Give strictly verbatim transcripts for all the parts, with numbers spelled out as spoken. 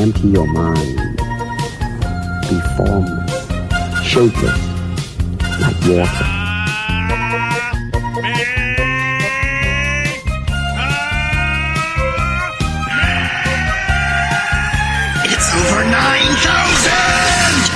empty your mind. Be formless, shapeless, like water. It's over nine thousand!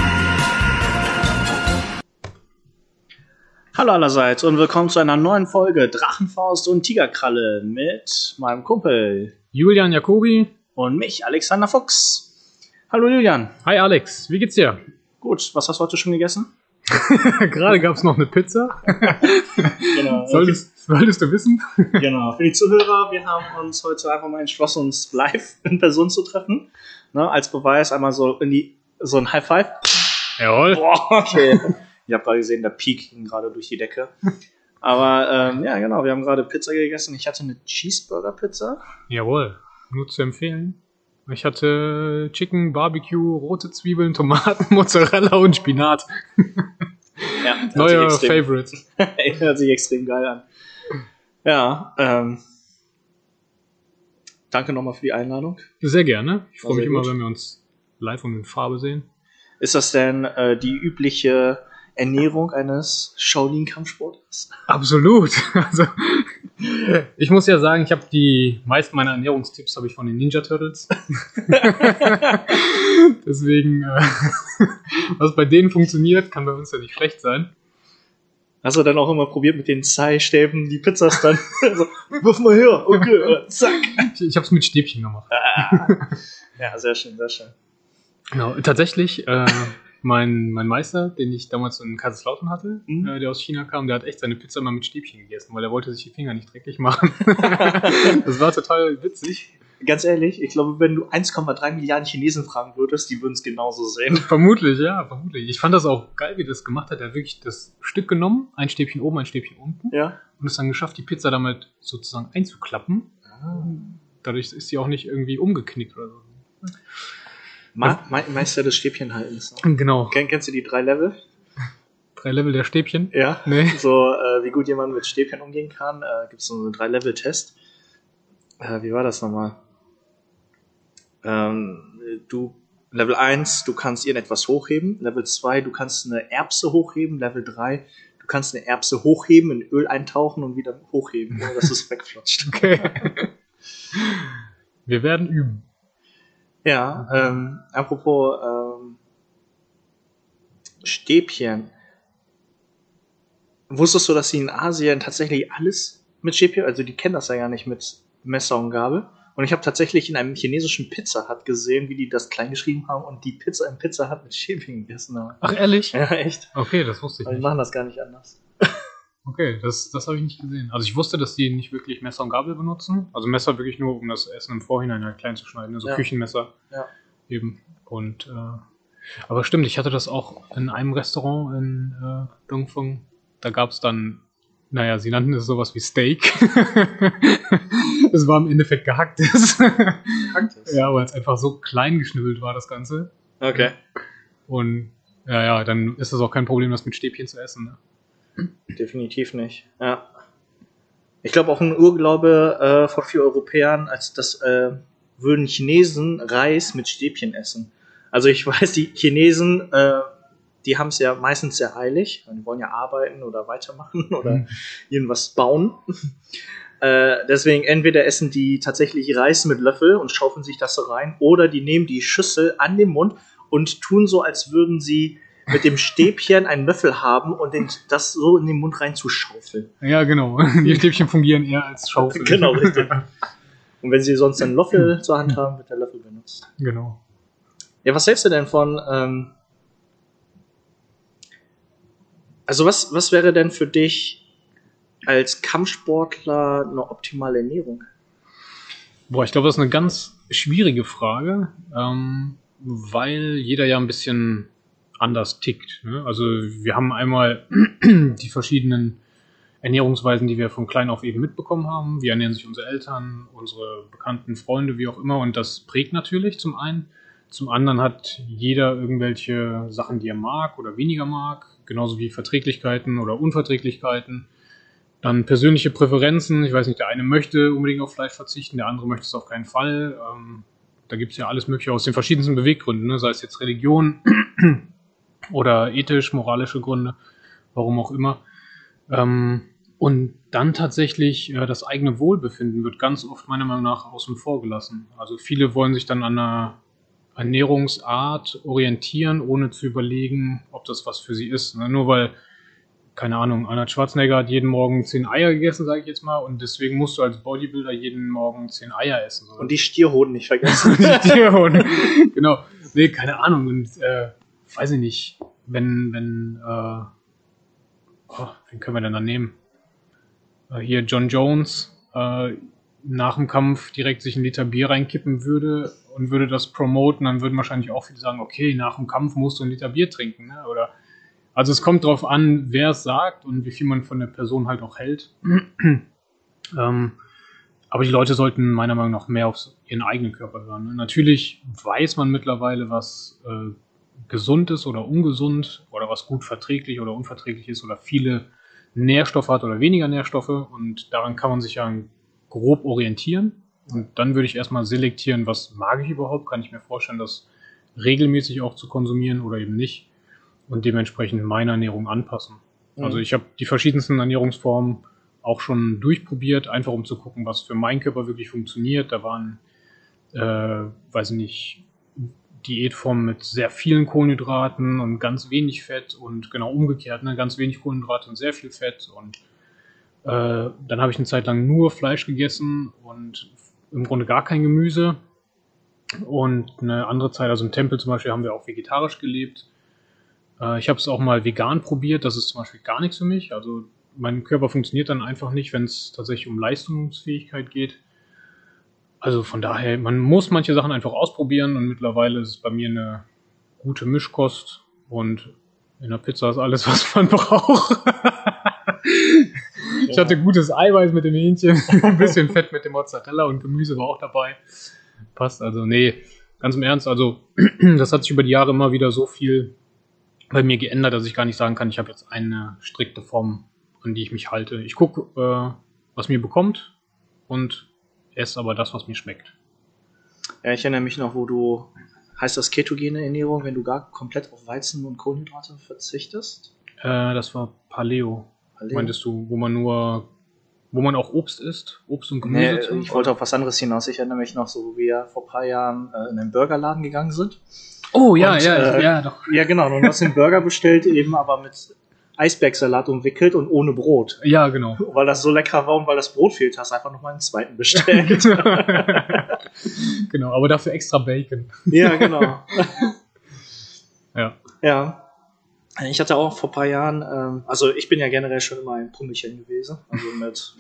Hallo allerseits und willkommen zu einer neuen Folge Drachenfaust und Tigerkralle mit meinem Kumpel Julian Jacobi und mich, Alexander Fuchs. Hallo Julian. Hi Alex, wie geht's dir? Gut, was hast du heute schon gegessen? Gerade gab es noch eine Pizza. Genau. Solltest, solltest du wissen. Genau. Für die Zuhörer, wir haben uns heute einfach mal entschlossen, uns live in Person zu treffen. Ne, als Beweis einmal so in die so ein High Five. Jawohl. Boah, okay. Ich habe gerade gesehen, der Peak ging gerade durch die Decke. Aber ähm, ja, genau, wir haben gerade Pizza gegessen. Ich hatte eine Cheeseburger-Pizza. Jawohl, nur zu empfehlen. Ich hatte Chicken, Barbecue, rote Zwiebeln, Tomaten, Mozzarella und Spinat. Ja, neuer Favorite. Hört sich extrem geil an. Ja, ähm, danke nochmal für die Einladung. Sehr gerne. Ich freue mich immer, gut. wenn wir uns live und in Farbe sehen. Ist das denn äh, die übliche Ernährung eines Shaolin-Kampfsportlers? Absolut. Also, ich muss ja sagen, ich habe die meisten meiner Ernährungstipps habe ich von den Ninja Turtles. Deswegen, äh, was bei denen funktioniert, kann bei uns ja nicht schlecht sein. Hast du dann auch immer probiert mit den Zai-Stäben die Pizzas dann? So, wirf mal her, okay, zack. Ich, ich habe es mit Stäbchen gemacht. Ja, sehr schön, sehr schön. Genau, tatsächlich, äh, mein, mein Meister, den ich damals in Kaiserslautern hatte, Mhm. äh, der aus China kam, der hat echt seine Pizza mal mit Stäbchen gegessen, weil er wollte sich die Finger nicht dreckig machen. Das war total witzig. Ganz ehrlich, ich glaube, wenn du eins Komma drei Milliarden Chinesen fragen würdest, die würden es genauso sehen. Vermutlich, ja, vermutlich. Ich fand das auch geil, wie er das gemacht hat. Er hat wirklich das Stück genommen, ein Stäbchen oben, ein Stäbchen unten, Ja. und es dann geschafft, die Pizza damit sozusagen einzuklappen. Dadurch ist sie auch nicht irgendwie umgeknickt oder so. Ma Me Meister des Stäbchenhaltens. Ne? Genau. Kenn kennst du die drei Level? Drei Level der Stäbchen. Ja. Nee. So, äh, wie gut jemand mit Stäbchen umgehen kann. Äh, Gibt es so einen drei Level Test. Äh, wie war das nochmal? Ähm, du, Level eins, du kannst irgendetwas hochheben. Level zwei, du kannst eine Erbse hochheben. Level drei, du kannst eine Erbse hochheben, in Öl eintauchen und wieder hochheben, ohne dass es wegflutscht. Okay. Wir werden üben. Ja, ähm, apropos ähm, Stäbchen. Wusstest du, dass sie in Asien tatsächlich alles mit Stäbchen, also die kennen das ja gar nicht mit Messer und Gabel. Und ich habe tatsächlich in einem chinesischen Pizza Hut gesehen, wie die das klein geschrieben haben und die Pizza im Pizza Hut mit Stäbchen gegessen haben. Ach, ehrlich? Ja, echt. Okay, das wusste ich Aber die nicht. machen das gar nicht anders. Okay, das, das habe ich nicht gesehen. Also ich wusste, dass die nicht wirklich Messer und Gabel benutzen. Also Messer wirklich nur, um das Essen im Vorhinein halt klein zu schneiden. Also Ja. Küchenmesser Ja. eben. Und äh, aber stimmt, ich hatte das auch in einem Restaurant in äh, Dongfeng. Da gab es dann, naja, sie nannten es sowas wie Steak. Es war im Endeffekt gehacktes. Gehacktes? Ja, weil es einfach so klein geschnibbelt war, das Ganze. Okay. Und ja, ja, dann ist es auch kein Problem, das mit Stäbchen zu essen. Ne? Definitiv nicht. Ja. Ich glaube auch ein Urglaube äh, von vielen Europäern, als das äh, würden Chinesen Reis mit Stäbchen essen. Also ich weiß, die Chinesen, äh, die haben es ja meistens sehr eilig. Die wollen ja arbeiten oder weitermachen oder Mhm. irgendwas bauen. Äh, deswegen entweder essen die tatsächlich Reis mit Löffel und schaufeln sich das so rein, oder die nehmen die Schüssel an den Mund und tun so, als würden sie mit dem Stäbchen einen Löffel haben und den, das so in den Mund rein zu schaufeln. Ja, genau. Die Stäbchen fungieren eher als Schaufel. Genau, richtig. Und wenn sie sonst einen Löffel zur Hand haben, wird der Löffel benutzt. Genau. Ja, was hältst du denn von, ähm also was, was wäre denn für dich als Kampfsportler eine optimale Ernährung? Boah, ich glaube, das ist eine ganz schwierige Frage, ähm, weil jeder ja ein bisschen anders tickt. Ne? Also wir haben einmal die verschiedenen Ernährungsweisen, die wir von klein auf eben mitbekommen haben. Wie ernähren sich unsere Eltern, unsere Bekannten, Freunde, wie auch immer. Und das prägt natürlich zum einen. Zum anderen hat jeder irgendwelche Sachen, die er mag oder weniger mag. Genauso wie Verträglichkeiten oder Unverträglichkeiten. Dann persönliche Präferenzen. Ich weiß nicht, der eine möchte unbedingt auf Fleisch verzichten, der andere möchte es auf keinen Fall. Ähm, da gibt es ja alles Mögliche aus den verschiedensten Beweggründen, ne? Sei es jetzt Religion oder ethisch, moralische Gründe, warum auch immer. Ähm, und dann tatsächlich äh, das eigene Wohlbefinden wird ganz oft meiner Meinung nach außen vor gelassen. Also viele wollen sich dann an einer Ernährungsart orientieren, ohne zu überlegen, ob das was für sie ist. Ne? Nur weil, keine Ahnung, Arnold Schwarzenegger hat jeden Morgen zehn Eier gegessen, sage ich jetzt mal, und deswegen musst du als Bodybuilder jeden Morgen zehn Eier essen. So. Und die Stierhoden nicht vergessen. Die Stierhoden, genau. Nee, keine Ahnung. Und äh, weiß ich nicht, wenn, wenn, äh, oh, wen können wir denn da nehmen? Äh, hier John Jones, äh, nach dem Kampf direkt sich einen Liter Bier reinkippen würde und würde das promoten, dann würden wahrscheinlich auch viele sagen, okay, nach dem Kampf musst du einen Liter Bier trinken. Ne? Oder, also es kommt drauf an, wer es sagt und wie viel man von der Person halt auch hält. ähm, aber die Leute sollten meiner Meinung nach mehr auf ihren eigenen Körper hören. Ne? Natürlich weiß man mittlerweile, was äh, gesund ist oder ungesund oder was gut verträglich oder unverträglich ist oder viele Nährstoffe hat oder weniger Nährstoffe und daran kann man sich ja grob orientieren und dann würde ich erstmal selektieren, was mag ich überhaupt, kann ich mir vorstellen, das regelmäßig auch zu konsumieren oder eben nicht und dementsprechend meine Ernährung anpassen. Mhm. Also ich habe die verschiedensten Ernährungsformen auch schon durchprobiert, einfach um zu gucken, was für meinen Körper wirklich funktioniert. Da waren, äh, weiß ich nicht, Diätformen mit sehr vielen Kohlenhydraten und ganz wenig Fett und genau umgekehrt, ne, ganz wenig Kohlenhydrate und sehr viel Fett und Äh, dann habe ich eine Zeit lang nur Fleisch gegessen und im Grunde gar kein Gemüse. Und eine andere Zeit, also im Tempel zum Beispiel, haben wir auch vegetarisch gelebt. Äh, ich habe es auch mal vegan probiert, das ist zum Beispiel gar nichts für mich. Also mein Körper funktioniert dann einfach nicht, wenn es tatsächlich um Leistungsfähigkeit geht. Also von daher, man muss manche Sachen einfach ausprobieren und mittlerweile ist es bei mir eine gute Mischkost und in der Pizza ist alles, was man braucht. Ich hatte gutes Eiweiß mit dem Hähnchen, ein bisschen Fett mit dem Mozzarella und Gemüse war auch dabei. Passt also, nee, ganz im Ernst, also das hat sich über die Jahre immer wieder so viel bei mir geändert, dass ich gar nicht sagen kann, ich habe jetzt eine strikte Form, an die ich mich halte. Ich gucke, äh, was mir bekommt und esse aber das, was mir schmeckt. Ja, ich erinnere mich noch, wo du, heißt das ketogene Ernährung, wenn du gar komplett auf Weizen und Kohlenhydrate verzichtest? Äh, das war Paleo. Paleo. Meintest du, wo man nur, wo man auch Obst isst? Obst und Gemüse? Nee, ich wollte auf was anderes hinaus. Ich erinnere mich noch so, wo wir vor ein paar Jahren äh, in einen Burgerladen gegangen sind. Oh, ja, und, ja, äh, ja, doch. Ja, genau. Und du hast den Burger bestellt, eben aber mit Eisbergsalat umwickelt und ohne Brot. Ja, genau. Weil das so lecker war und weil das Brot fehlt, hast du einfach nochmal einen zweiten bestellt. Genau, aber dafür extra Bacon. Ja, genau. Ja. Ja. Ich hatte auch vor ein paar Jahren, ähm, also ich bin ja generell schon immer ein Pummelchen gewesen. Also mit,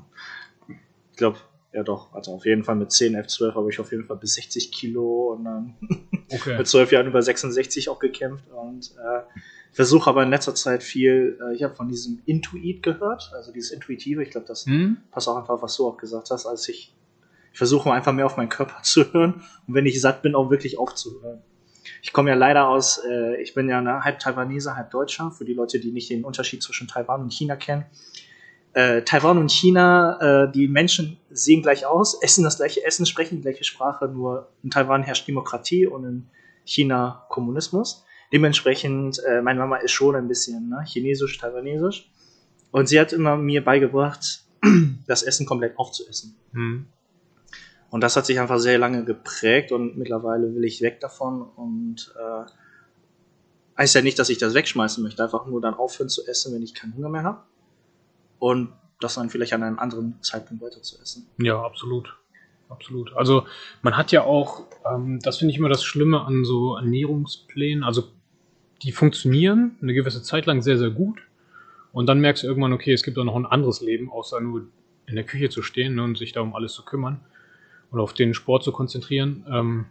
ich glaube, ja doch, also auf jeden Fall mit zehn, elf, zwölf habe ich auf jeden Fall bis sechzig Kilo und dann Okay. mit zwölf Jahren über sechsundsechzig auch gekämpft und äh, versuche aber in letzter Zeit viel, äh, ich habe von diesem Intuit gehört, also dieses Intuitive, ich glaube, das Hm? passt auch einfach, was du auch gesagt hast, als ich, ich versuche einfach mehr auf meinen Körper zu hören und wenn ich satt bin, auch wirklich aufzuhören. Ich komme ja leider aus, äh, ich bin ja eine halb Taiwanese, halb Deutscher, für die Leute, die nicht den Unterschied zwischen Taiwan und China kennen. Äh, Taiwan und China, äh, die Menschen sehen gleich aus, essen das gleiche Essen, sprechen die gleiche Sprache, nur in Taiwan herrscht Demokratie und in China Kommunismus. Dementsprechend, äh, meine Mama ist schon ein bisschen ne, chinesisch, taiwanesisch. Und sie hat immer mir beigebracht, das Essen komplett aufzuessen. Hm. Und das hat sich einfach sehr lange geprägt und mittlerweile will ich weg davon und äh, heißt ja nicht, dass ich das wegschmeißen möchte, einfach nur dann aufhören zu essen, wenn ich keinen Hunger mehr habe und das dann vielleicht an einem anderen Zeitpunkt weiter zu essen. Ja, absolut. Absolut. Also man hat ja auch, ähm, das finde ich immer das Schlimme an so Ernährungsplänen, also die funktionieren eine gewisse Zeit lang sehr, sehr gut und dann merkst du irgendwann, okay, es gibt auch noch ein anderes Leben, außer nur in der Küche zu stehen ne, und sich da um alles zu kümmern oder auf den Sport zu konzentrieren. Ähm,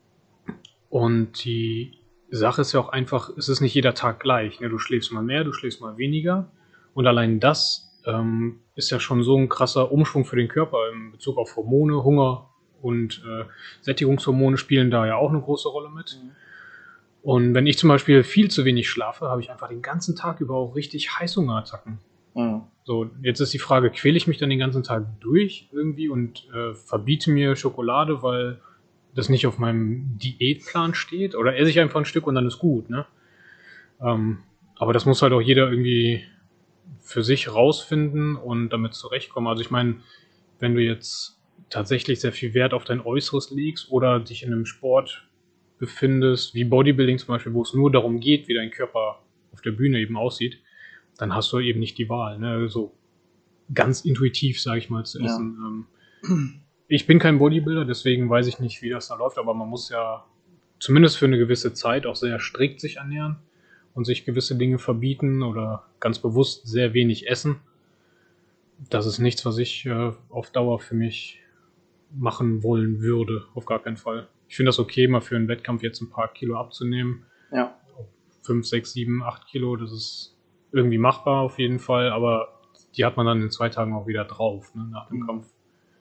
und die Sache ist ja auch einfach, es ist nicht jeder Tag gleich. Ne? Du schläfst mal mehr, du schläfst mal weniger und allein das ähm, ist ja schon so ein krasser Umschwung für den Körper in Bezug auf Hormone, Hunger und äh, Sättigungshormone spielen da ja auch eine große Rolle mit. Mhm. Und wenn ich zum Beispiel viel zu wenig schlafe, habe ich einfach den ganzen Tag über auch richtig Heißhungerattacken. Mhm. So, jetzt ist die Frage, quäle ich mich dann den ganzen Tag durch irgendwie und äh, verbiete mir Schokolade, weil das nicht auf meinem Diätplan steht. Oder esse ich einfach ein Stück und dann ist gut, ne? Ähm, aber das muss halt auch jeder irgendwie für sich rausfinden und damit zurechtkommen. Also ich meine, wenn du jetzt tatsächlich sehr viel Wert auf dein Äußeres legst oder dich in einem Sport befindest, wie Bodybuilding zum Beispiel, wo es nur darum geht, wie dein Körper auf der Bühne eben aussieht, dann hast du eben nicht die Wahl, ne? So ganz intuitiv, sage ich mal, zu essen. Ja. Ähm, ich bin kein Bodybuilder, deswegen weiß ich nicht, wie das da läuft, aber man muss ja zumindest für eine gewisse Zeit auch sehr strikt sich ernähren und sich gewisse Dinge verbieten oder ganz bewusst sehr wenig essen. Das ist nichts, was ich äh, auf Dauer für mich machen wollen würde, auf gar keinen Fall. Ich finde das okay, mal für einen Wettkampf jetzt ein paar Kilo abzunehmen. Ja. Fünf, sechs, sieben, acht Kilo, das ist irgendwie machbar auf jeden Fall, aber die hat man dann in zwei Tagen auch wieder drauf, ne, nach dem Mhm. Kampf.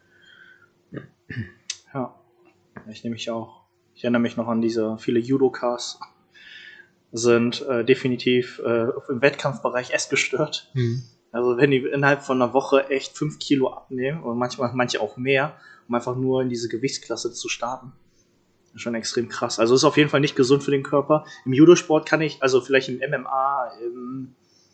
Ja, ich nehme mich auch. Ich erinnere mich noch an diese, viele Judokas sind äh, definitiv äh, im Wettkampfbereich essgestört. Mhm. Also wenn die innerhalb von einer Woche echt fünf Kilo abnehmen und manchmal manche auch mehr, um einfach nur in diese Gewichtsklasse zu starten. Das ist schon extrem krass. Also ist auf jeden Fall nicht gesund für den Körper. Im Judosport kann ich, also vielleicht im M M A, im,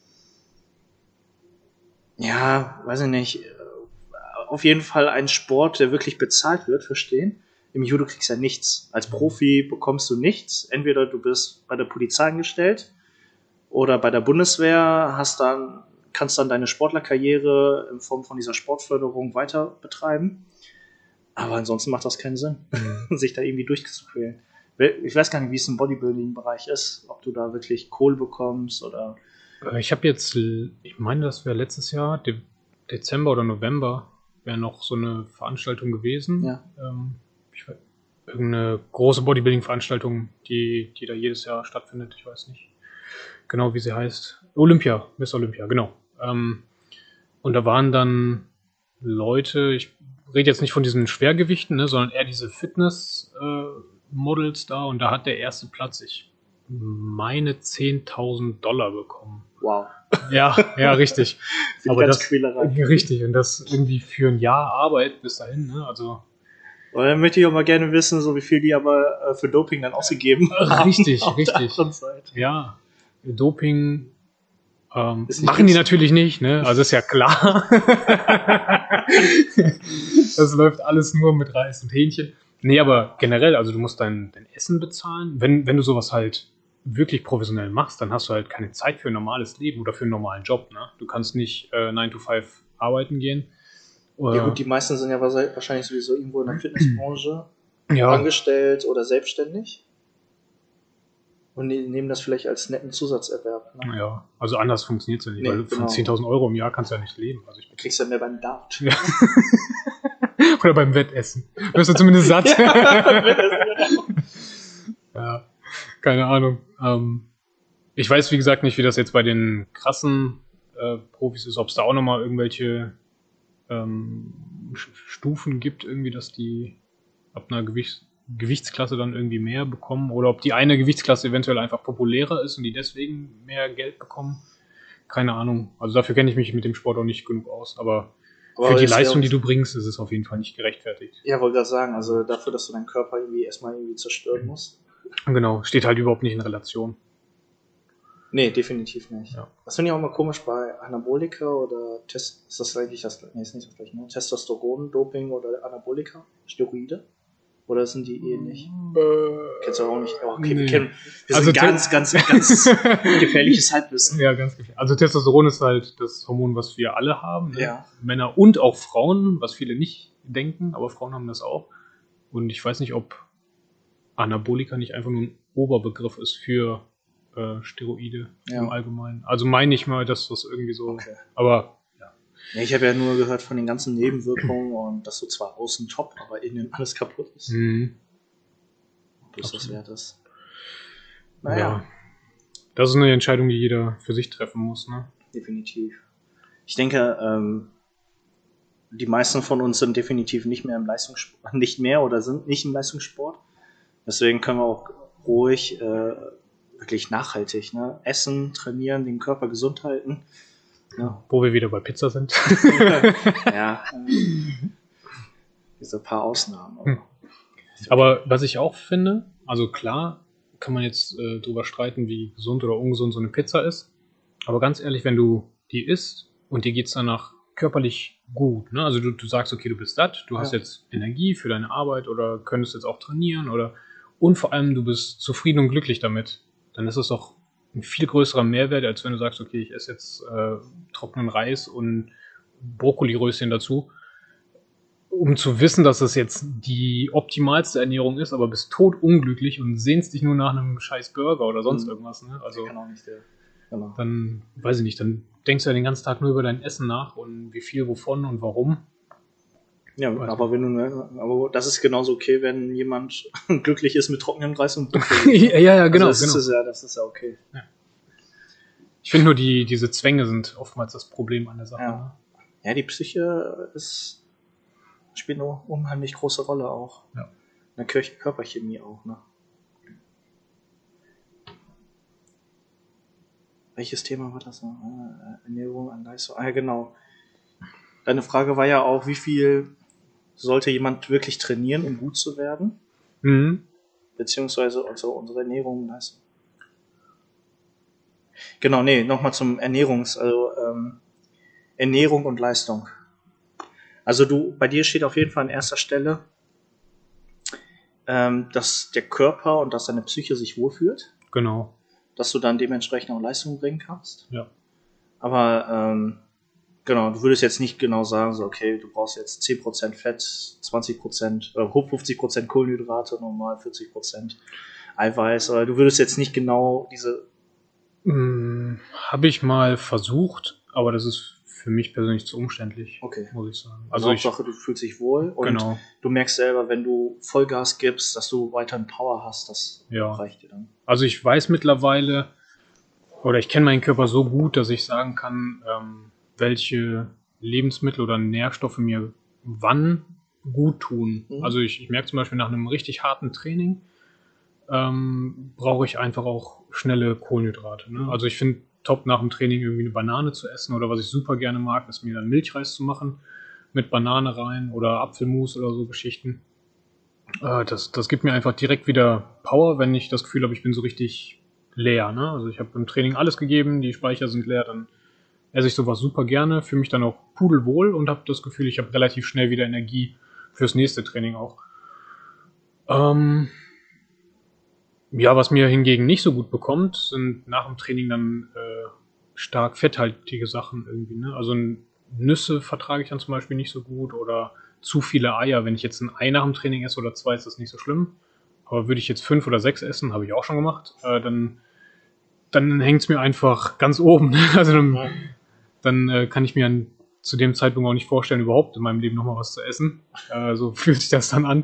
ja, weiß ich nicht, auf jeden Fall ein Sport, der wirklich bezahlt wird, verstehen. Im Judo kriegst du ja nichts. Als Profi bekommst du nichts. Entweder du bist bei der Polizei angestellt oder bei der Bundeswehr, hast dann, kannst dann deine Sportlerkarriere in Form von dieser Sportförderung weiter betreiben. Aber ansonsten macht das keinen Sinn, Mhm. sich da irgendwie durchzuquälen. Ich weiß gar nicht, wie es im Bodybuilding-Bereich ist, ob du da wirklich Kohle bekommst oder. Äh, Ich habe jetzt, l- ich meine, das wäre letztes Jahr, De- Dezember oder November, wäre noch so eine Veranstaltung gewesen. Ja. Ähm, ich weiß, irgendeine große Bodybuilding-Veranstaltung, die, die da jedes Jahr stattfindet. Ich weiß nicht genau, wie sie heißt. Olympia, Miss Olympia, genau. Ähm, und da waren dann Leute, ich rede jetzt nicht von diesen Schwergewichten, ne, sondern eher diese Fitness-Models da. Und da hat der erste Platz, ich meine, zehntausend Dollar bekommen. Wow. Ja, ja, richtig. Für die Aber ganze das, Quälerei. richtig, und das irgendwie für ein Jahr Arbeit bis dahin, ne? Also Und dann möchte ich auch mal gerne wissen, so wie viel die aber äh, für Doping dann ausgegeben haben. richtig, auf der richtig. anderen Seite. Ja, Doping ähm, Ist nicht machen die günstig. natürlich nicht, ne? Also ist ja klar. Das läuft alles nur mit Reis und Hähnchen. Nee, aber generell, also du musst dein, dein Essen bezahlen. Wenn, wenn du sowas halt wirklich professionell machst, dann hast du halt keine Zeit für ein normales Leben oder für einen normalen Job, ne? Du kannst nicht äh, nine to five arbeiten gehen. Oder, Ja gut, die meisten sind ja wahrscheinlich sowieso irgendwo in der Fitnessbranche ja, angestellt oder selbstständig. Und die nehmen das vielleicht als netten Zusatzerwerb. Ne? ja, also anders funktioniert es ja nicht, Nee, weil von genau. zehntausend Euro im Jahr kannst du ja nicht leben. Also ich Du kriegst ja mehr beim Dart. Ja. Oder beim Wettessen. Wirst du zumindest satt. Ja, keine Ahnung. Ähm, ich weiß, wie gesagt, nicht, wie das jetzt bei den krassen äh, Profis ist, ob es da auch nochmal irgendwelche ähm, Sch- Stufen gibt, irgendwie, dass die ab einer Gewichts Gewichtsklasse dann irgendwie mehr bekommen oder ob die eine Gewichtsklasse eventuell einfach populärer ist und die deswegen mehr Geld bekommen. Keine Ahnung. Also dafür kenne ich mich mit dem Sport auch nicht genug aus, aber Aber für die ist ja Leistung, auch- die du bringst, ist es auf jeden Fall nicht gerechtfertigt. Ja, wollte gerade sagen, also dafür, dass du deinen Körper irgendwie erstmal irgendwie zerstören musst. Genau, steht halt überhaupt nicht in Relation. Nee, definitiv nicht. Ja. Das finde ich auch mal komisch bei Anabolika oder Test, ist das eigentlich das, nee, ist nicht das gleiche, ne? Testosteron, Doping oder Anabolika, Steroide? Oder sind die ähnlich? Kennst du auch nicht? Oh, okay, wir Nee. kennen, wir Also sind ganz, ganz, ganz gefährliches Halbwissen. Ja, ganz gefährlich. Also Testosteron ist halt das Hormon, was wir alle haben. Ne? Ja. Männer und auch Frauen, was viele nicht denken, aber Frauen haben das auch. Und ich weiß nicht, ob Anabolika nicht einfach nur ein Oberbegriff ist für äh, Steroide Ja. im Allgemeinen. Also meine ich mal, dass das irgendwie so. Okay. Aber Ja, ich habe ja nur gehört von den ganzen Nebenwirkungen und dass du zwar außen top, aber innen alles kaputt ist. mh, Ob das das Absolut. wert ist. ja. Naja, Das ist eine Entscheidung, die jeder für sich treffen muss. Ne? definitiv. Ich denke, ähm, die meisten von uns sind definitiv nicht mehr im Leistungssport, nicht mehr oder sind nicht im Leistungssport. Deswegen können wir auch ruhig, äh, wirklich nachhaltig, ne? Essen, trainieren, den Körper gesund halten. Ja. Wo wir wieder bei Pizza sind. Ja. Äh, diese paar Ausnahmen. Aber. Hm. Aber was ich auch finde, also klar, kann man jetzt äh, drüber streiten, wie gesund oder ungesund so eine Pizza ist. Aber ganz ehrlich, wenn du die isst und dir geht's danach körperlich gut, ne? Also du, du sagst, okay, du bist satt, du hast Ja. jetzt Energie für deine Arbeit oder könntest jetzt auch trainieren oder und vor allem du bist zufrieden und glücklich damit, dann ist es doch ein viel größerer Mehrwert, als wenn du sagst, okay, ich esse jetzt äh, trockenen Reis und Brokkoliröschen dazu, um zu wissen, dass es jetzt die optimalste Ernährung ist, aber bist totunglücklich und sehnst dich nur nach einem scheiß Burger oder sonst Mhm. irgendwas, ne? Also Kann auch nicht der. Genau. dann, weiß ich nicht, dann denkst du ja den ganzen Tag nur über dein Essen nach und wie viel, wovon und warum. Ja, Weiß aber wenn du, ne, aber das ist genauso okay, wenn jemand glücklich ist mit trockenem Reis und Brokkoli. ja, ja, genau, also das genau. Ist ja, das ist ja okay. Ich finde nur, die, diese Zwänge sind oftmals das Problem an der Sache. Ja. Ne? Ja, die Psyche ist, spielt eine unheimlich große Rolle auch. Ja. In der Kör- Körperchemie auch, ne? Welches Thema war das noch? Ah, Ernährung an Leistung. Ah, ja, genau. Deine Frage war ja auch, wie viel sollte jemand wirklich trainieren, um gut zu werden? Mhm. Beziehungsweise also unsere Ernährung und Leistung. Genau, nee, nochmal zum Ernährungs-, also ähm, Ernährung und Leistung. Also du, bei dir steht auf jeden Fall an erster Stelle, ähm, dass der Körper und dass deine Psyche sich wohlfühlt, Genau. dass du dann dementsprechend auch Leistung bringen kannst. Ja. Aber ähm, genau, du würdest jetzt nicht genau sagen, so okay, du brauchst jetzt zehn Prozent Fett, zwanzig Prozent, äh, fünfzig Prozent Kohlenhydrate, normal vierzig Prozent Eiweiß, aber du würdest jetzt nicht genau diese... Hm, habe ich mal versucht, aber das ist für mich persönlich zu umständlich, Okay. muss ich sagen. Also Also ich, Hauptsache, du fühlst dich wohl und genau, du merkst selber, wenn du Vollgas gibst, dass du weiterhin Power hast, das Ja. reicht dir dann. also ich weiß mittlerweile, oder ich kenne meinen Körper so gut, dass ich sagen kann, ähm, welche Lebensmittel oder Nährstoffe mir wann gut tun. Mhm. Also ich, ich merke zum Beispiel nach einem richtig harten Training, ähm, brauche ich einfach auch schnelle Kohlenhydrate. Ne? Mhm. Also ich finde top nach dem Training irgendwie eine Banane zu essen oder was ich super gerne mag, ist mir dann Milchreis zu machen mit Banane rein oder Apfelmus oder so Geschichten. Äh, das, das gibt mir einfach direkt wieder Power, wenn ich das Gefühl habe, ich bin so richtig leer. Ne? Also ich habe im Training alles gegeben, die Speicher sind leer, dann esse ich sowas super gerne, fühle mich dann auch pudelwohl und habe das Gefühl, ich habe relativ schnell wieder Energie fürs nächste Training auch. Ähm, ja, was mir hingegen nicht so gut bekommt, sind nach dem Training dann äh, stark fetthaltige Sachen irgendwie. Ne? Also Nüsse vertrage ich dann zum Beispiel nicht so gut oder zu viele Eier. Wenn ich jetzt ein Ei nach dem Training esse oder zwei, ist das nicht so schlimm. Aber würde ich jetzt fünf oder sechs essen, habe ich auch schon gemacht, äh, dann, dann hängt es mir einfach ganz oben. Ne? Also dann, Ja. dann äh, kann ich mir an, zu dem Zeitpunkt auch nicht vorstellen, überhaupt in meinem Leben nochmal was zu essen. Äh, so fühlt sich das dann an.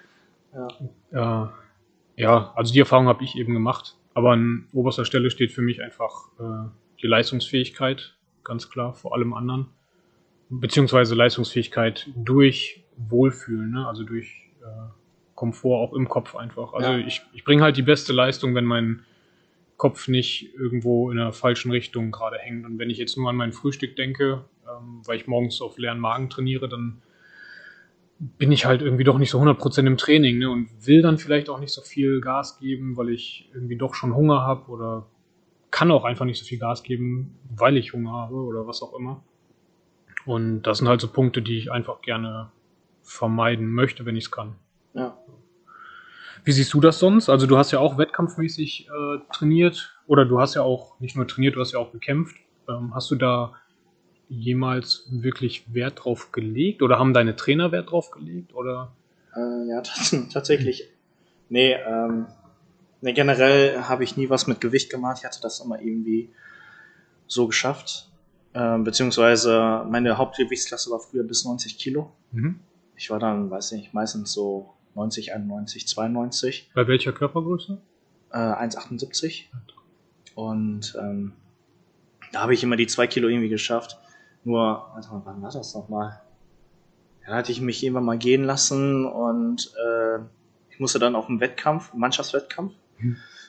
Ja. Äh, ja, also die Erfahrung habe ich eben gemacht. Aber an oberster Stelle steht für mich einfach äh, die Leistungsfähigkeit, ganz klar, vor allem anderen. Beziehungsweise Leistungsfähigkeit durch Wohlfühlen, ne? Also durch äh, Komfort auch im Kopf einfach. Also Ja. ich, ich bringe halt die beste Leistung, wenn mein Kopf nicht irgendwo in der falschen Richtung gerade hängt. Und wenn ich jetzt nur an mein Frühstück denke, ähm, weil ich morgens auf leeren Magen trainiere, dann bin ich halt irgendwie doch nicht so hundert Prozent im Training, ne? Und will dann vielleicht auch nicht so viel Gas geben, weil ich irgendwie doch schon Hunger habe oder kann auch einfach nicht so viel Gas geben, weil ich Hunger habe oder was auch immer. Und das sind halt so Punkte, die ich einfach gerne vermeiden möchte, wenn ich es kann. Ja. Wie siehst du das sonst? Also du hast ja auch wettkampfmäßig äh, trainiert oder du hast ja auch nicht nur trainiert, du hast ja auch gekämpft. Ähm, hast du da jemals wirklich Wert drauf gelegt oder haben deine Trainer Wert drauf gelegt? Oder? Äh, ja, tats- tatsächlich. Nee, ähm, nee, generell habe ich nie was mit Gewicht gemacht. Ich hatte das immer irgendwie so geschafft. Ähm, beziehungsweise meine Hauptgewichtsklasse war früher bis neunzig Kilo. Mhm. Ich war dann, weiß nicht, meistens so neunzig, einundneunzig, zweiundneunzig, Bei welcher Körpergröße? äh, eins Komma achtundsiebzig. Und ähm, da habe ich immer die zwei Kilo irgendwie geschafft. Nur, warte mal, wann war das nochmal? Ja, da hatte ich mich irgendwann mal gehen lassen und äh, ich musste dann auf einen Wettkampf, einen Mannschaftswettkampf. Mhm.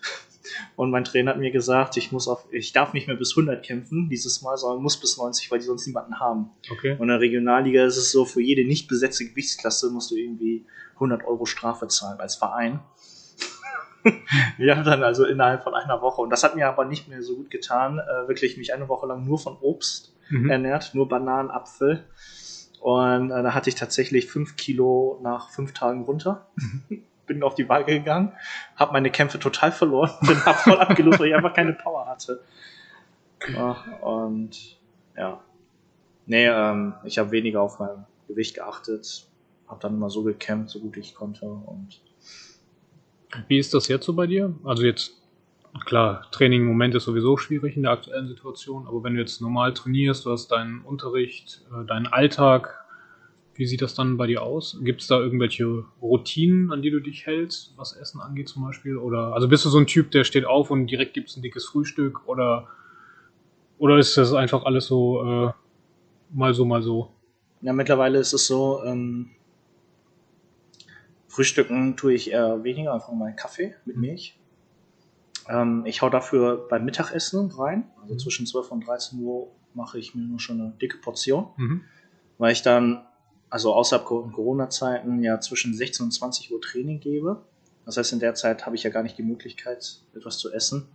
Und mein Trainer hat mir gesagt, ich muss auf, ich darf nicht mehr bis hundert kämpfen dieses Mal, sondern muss bis neunzig, weil die sonst niemanden haben. Okay. Und in der Regionalliga ist es so, für jede nicht besetzte Gewichtsklasse musst du irgendwie hundert Euro Strafe zahlen als Verein. Wir haben dann also innerhalb von einer Woche, und das hat mir aber nicht mehr so gut getan, äh, wirklich mich eine Woche lang nur von Obst mhm. ernährt, nur Bananen, Apfel. Und äh, da hatte ich tatsächlich fünf Kilo nach fünf Tagen runter. Bin auf die Waage gegangen, habe meine Kämpfe total verloren, bin voll abgelost, weil ich einfach keine Power hatte. Ja, und ja, nee, ähm, ich habe weniger auf mein Gewicht geachtet, habe dann immer so gekämpft, so gut ich konnte. Und wie ist das jetzt so bei dir? Also jetzt, klar, Training im Moment ist sowieso schwierig in der aktuellen Situation, aber wenn du jetzt normal trainierst, du hast deinen Unterricht, äh, deinen Alltag, wie sieht das dann bei dir aus? Gibt es da irgendwelche Routinen, an die du dich hältst, was Essen angeht zum Beispiel? Oder also bist du so ein Typ, der steht auf und direkt gibt es ein dickes Frühstück? Oder, oder ist das einfach alles so äh, mal so, mal so? Ja, mittlerweile ist es so, ähm, Frühstücken tue ich eher weniger, einfach mal einen Kaffee mit Milch. Ähm, ich hau dafür beim Mittagessen rein, also zwischen zwölf und dreizehn Uhr mache ich mir nur schon eine dicke Portion, mhm. weil ich dann also außerhalb Corona-Zeiten ja zwischen sechzehn und zwanzig Uhr Training gebe. Das heißt, in der Zeit habe ich ja gar nicht die Möglichkeit, etwas zu essen.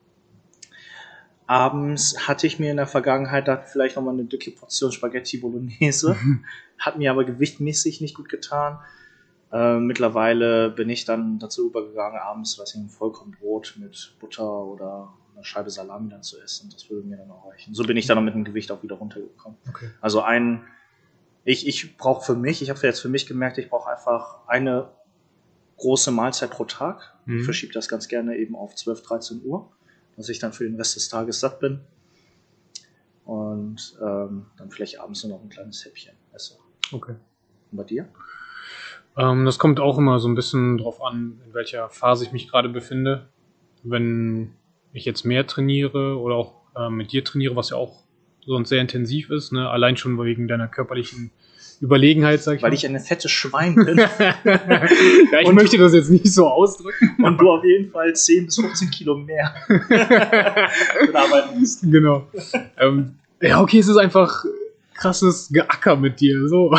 Abends hatte ich mir in der Vergangenheit da vielleicht nochmal eine dicke Portion Spaghetti Bolognese. Hat mir aber gewichtmäßig nicht gut getan. Äh, mittlerweile bin ich dann dazu übergegangen, abends, weiß ich, ein Vollkornbrot mit Butter oder eine Scheibe Salami dann zu essen. Das würde mir dann auch reichen. So bin ich dann mit dem Gewicht auch wieder runtergekommen. Okay. Also ein Ich, ich brauche für mich, ich habe jetzt für mich gemerkt, ich brauche einfach eine große Mahlzeit pro Tag. Mhm. Ich verschiebe das ganz gerne eben auf zwölf, dreizehn Uhr, dass ich dann für den Rest des Tages satt bin. Und ähm, dann vielleicht abends nur noch ein kleines Häppchen esse. Okay. Und bei dir? Ähm, das kommt auch immer so ein bisschen drauf an, in welcher Phase ich mich gerade befinde. Wenn ich jetzt mehr trainiere oder auch äh, mit dir trainiere, was ja auch sonst sehr intensiv ist, ne? Allein schon wegen deiner körperlichen Überlegenheit, sag ich Weil mal. ich ein fettes Schwein bin. Ja, ich und möchte das jetzt nicht so ausdrücken. Und du auf jeden Fall zehn bis fünfzehn Kilo mehr arbeiten musst. Genau. ähm, ja, okay, es ist einfach krasses Geacker mit dir, so.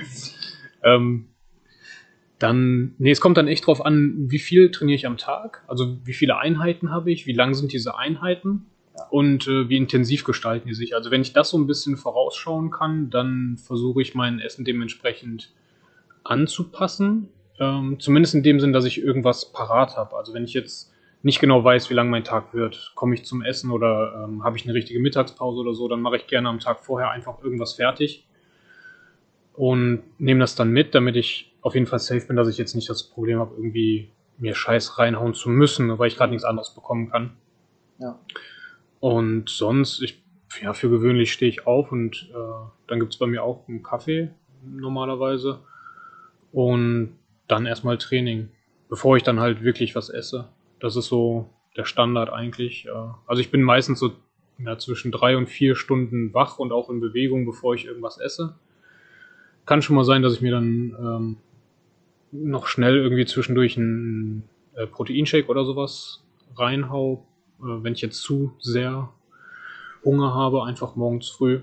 ähm, dann, nee, es kommt dann echt drauf an, wie viel trainiere ich am Tag, also wie viele Einheiten habe ich, wie lang sind diese Einheiten. Und äh, wie intensiv gestalten die sich. Also wenn ich das so ein bisschen vorausschauen kann, dann versuche ich mein Essen dementsprechend anzupassen. Ähm, zumindest in dem Sinn, dass ich irgendwas parat habe. Also wenn ich jetzt nicht genau weiß, wie lang mein Tag wird, komme ich zum Essen oder ähm, habe ich eine richtige Mittagspause oder so, dann mache ich gerne am Tag vorher einfach irgendwas fertig und nehme das dann mit, damit ich auf jeden Fall safe bin, dass ich jetzt nicht das Problem habe, irgendwie mir Scheiß reinhauen zu müssen, weil ich gerade nichts anderes bekommen kann. Ja. Und sonst, ich, ja, für gewöhnlich stehe ich auf und äh, dann gibt es bei mir auch einen Kaffee normalerweise und dann erstmal Training, bevor ich dann halt wirklich was esse. Das ist so der Standard eigentlich. Äh, also ich bin meistens so ja, zwischen drei und vier Stunden wach und auch in Bewegung, bevor ich irgendwas esse. Kann schon mal sein, dass ich mir dann ähm, noch schnell irgendwie zwischendurch einen äh, Proteinshake oder sowas reinhau, wenn ich jetzt zu sehr Hunger habe, einfach morgens früh.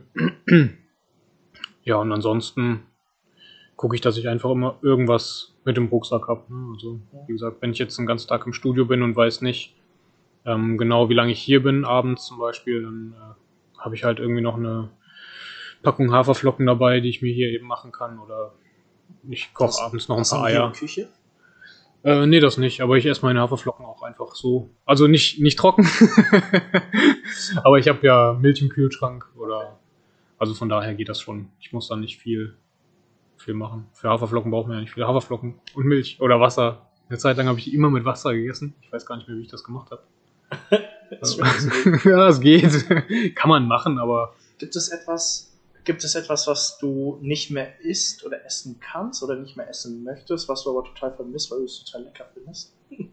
Ja, und ansonsten gucke ich, dass ich einfach immer irgendwas mit dem Rucksack habe. Also, wie gesagt, wenn ich jetzt den ganzen Tag im Studio bin und weiß nicht ähm, genau, wie lange ich hier bin, abends zum Beispiel, dann äh, habe ich halt irgendwie noch eine Packung Haferflocken dabei, die ich mir hier eben machen kann. Oder ich koche abends noch ein paar Eier. Küche? Äh, nee, das nicht, aber ich esse meine Haferflocken auch einfach so. Also nicht, nicht trocken, aber ich habe ja Milch im Kühlschrank oder, also von daher geht das schon. Ich muss da nicht viel, viel machen. Für Haferflocken braucht man ja nicht viel. Haferflocken und Milch oder Wasser. Eine Zeit lang habe ich immer mit Wasser gegessen. Ich weiß gar nicht mehr, wie ich das gemacht habe. Das ja, das geht. Kann man machen, aber... Gibt es etwas... Gibt es etwas, was du nicht mehr isst oder essen kannst oder nicht mehr essen möchtest, was du aber total vermisst, weil du es total lecker findest?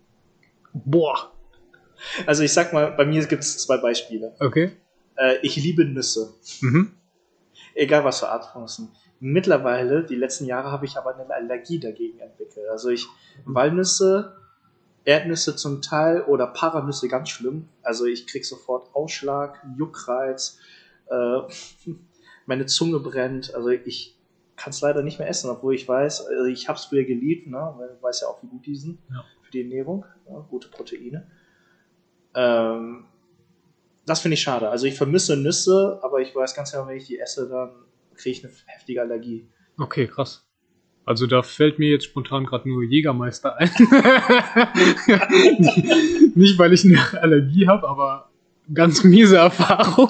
Boah. Also ich sag mal, bei mir gibt es zwei Beispiele. Okay. Äh, ich liebe Nüsse. Mhm. Egal was für Art von Nüssen. Mittlerweile, die letzten Jahre, habe ich aber eine Allergie dagegen entwickelt. Also ich, Walnüsse Erdnüsse zum Teil oder Paranüsse ganz schlimm. Also ich krieg sofort Ausschlag, Juckreiz, äh, meine Zunge brennt. Also ich kann es leider nicht mehr essen, obwohl ich weiß, also ich habe es früher geliebt, ne? Weil ich weiß ja auch, wie gut die sind Ja. für die Ernährung, ja, gute Proteine. Ähm, das finde ich schade. Also ich vermisse Nüsse, aber ich weiß ganz genau, wenn ich die esse, dann kriege ich eine heftige Allergie. Okay, krass. Also da fällt mir jetzt spontan gerade nur Jägermeister ein. Nicht, weil ich eine Allergie habe, aber ganz miese Erfahrung.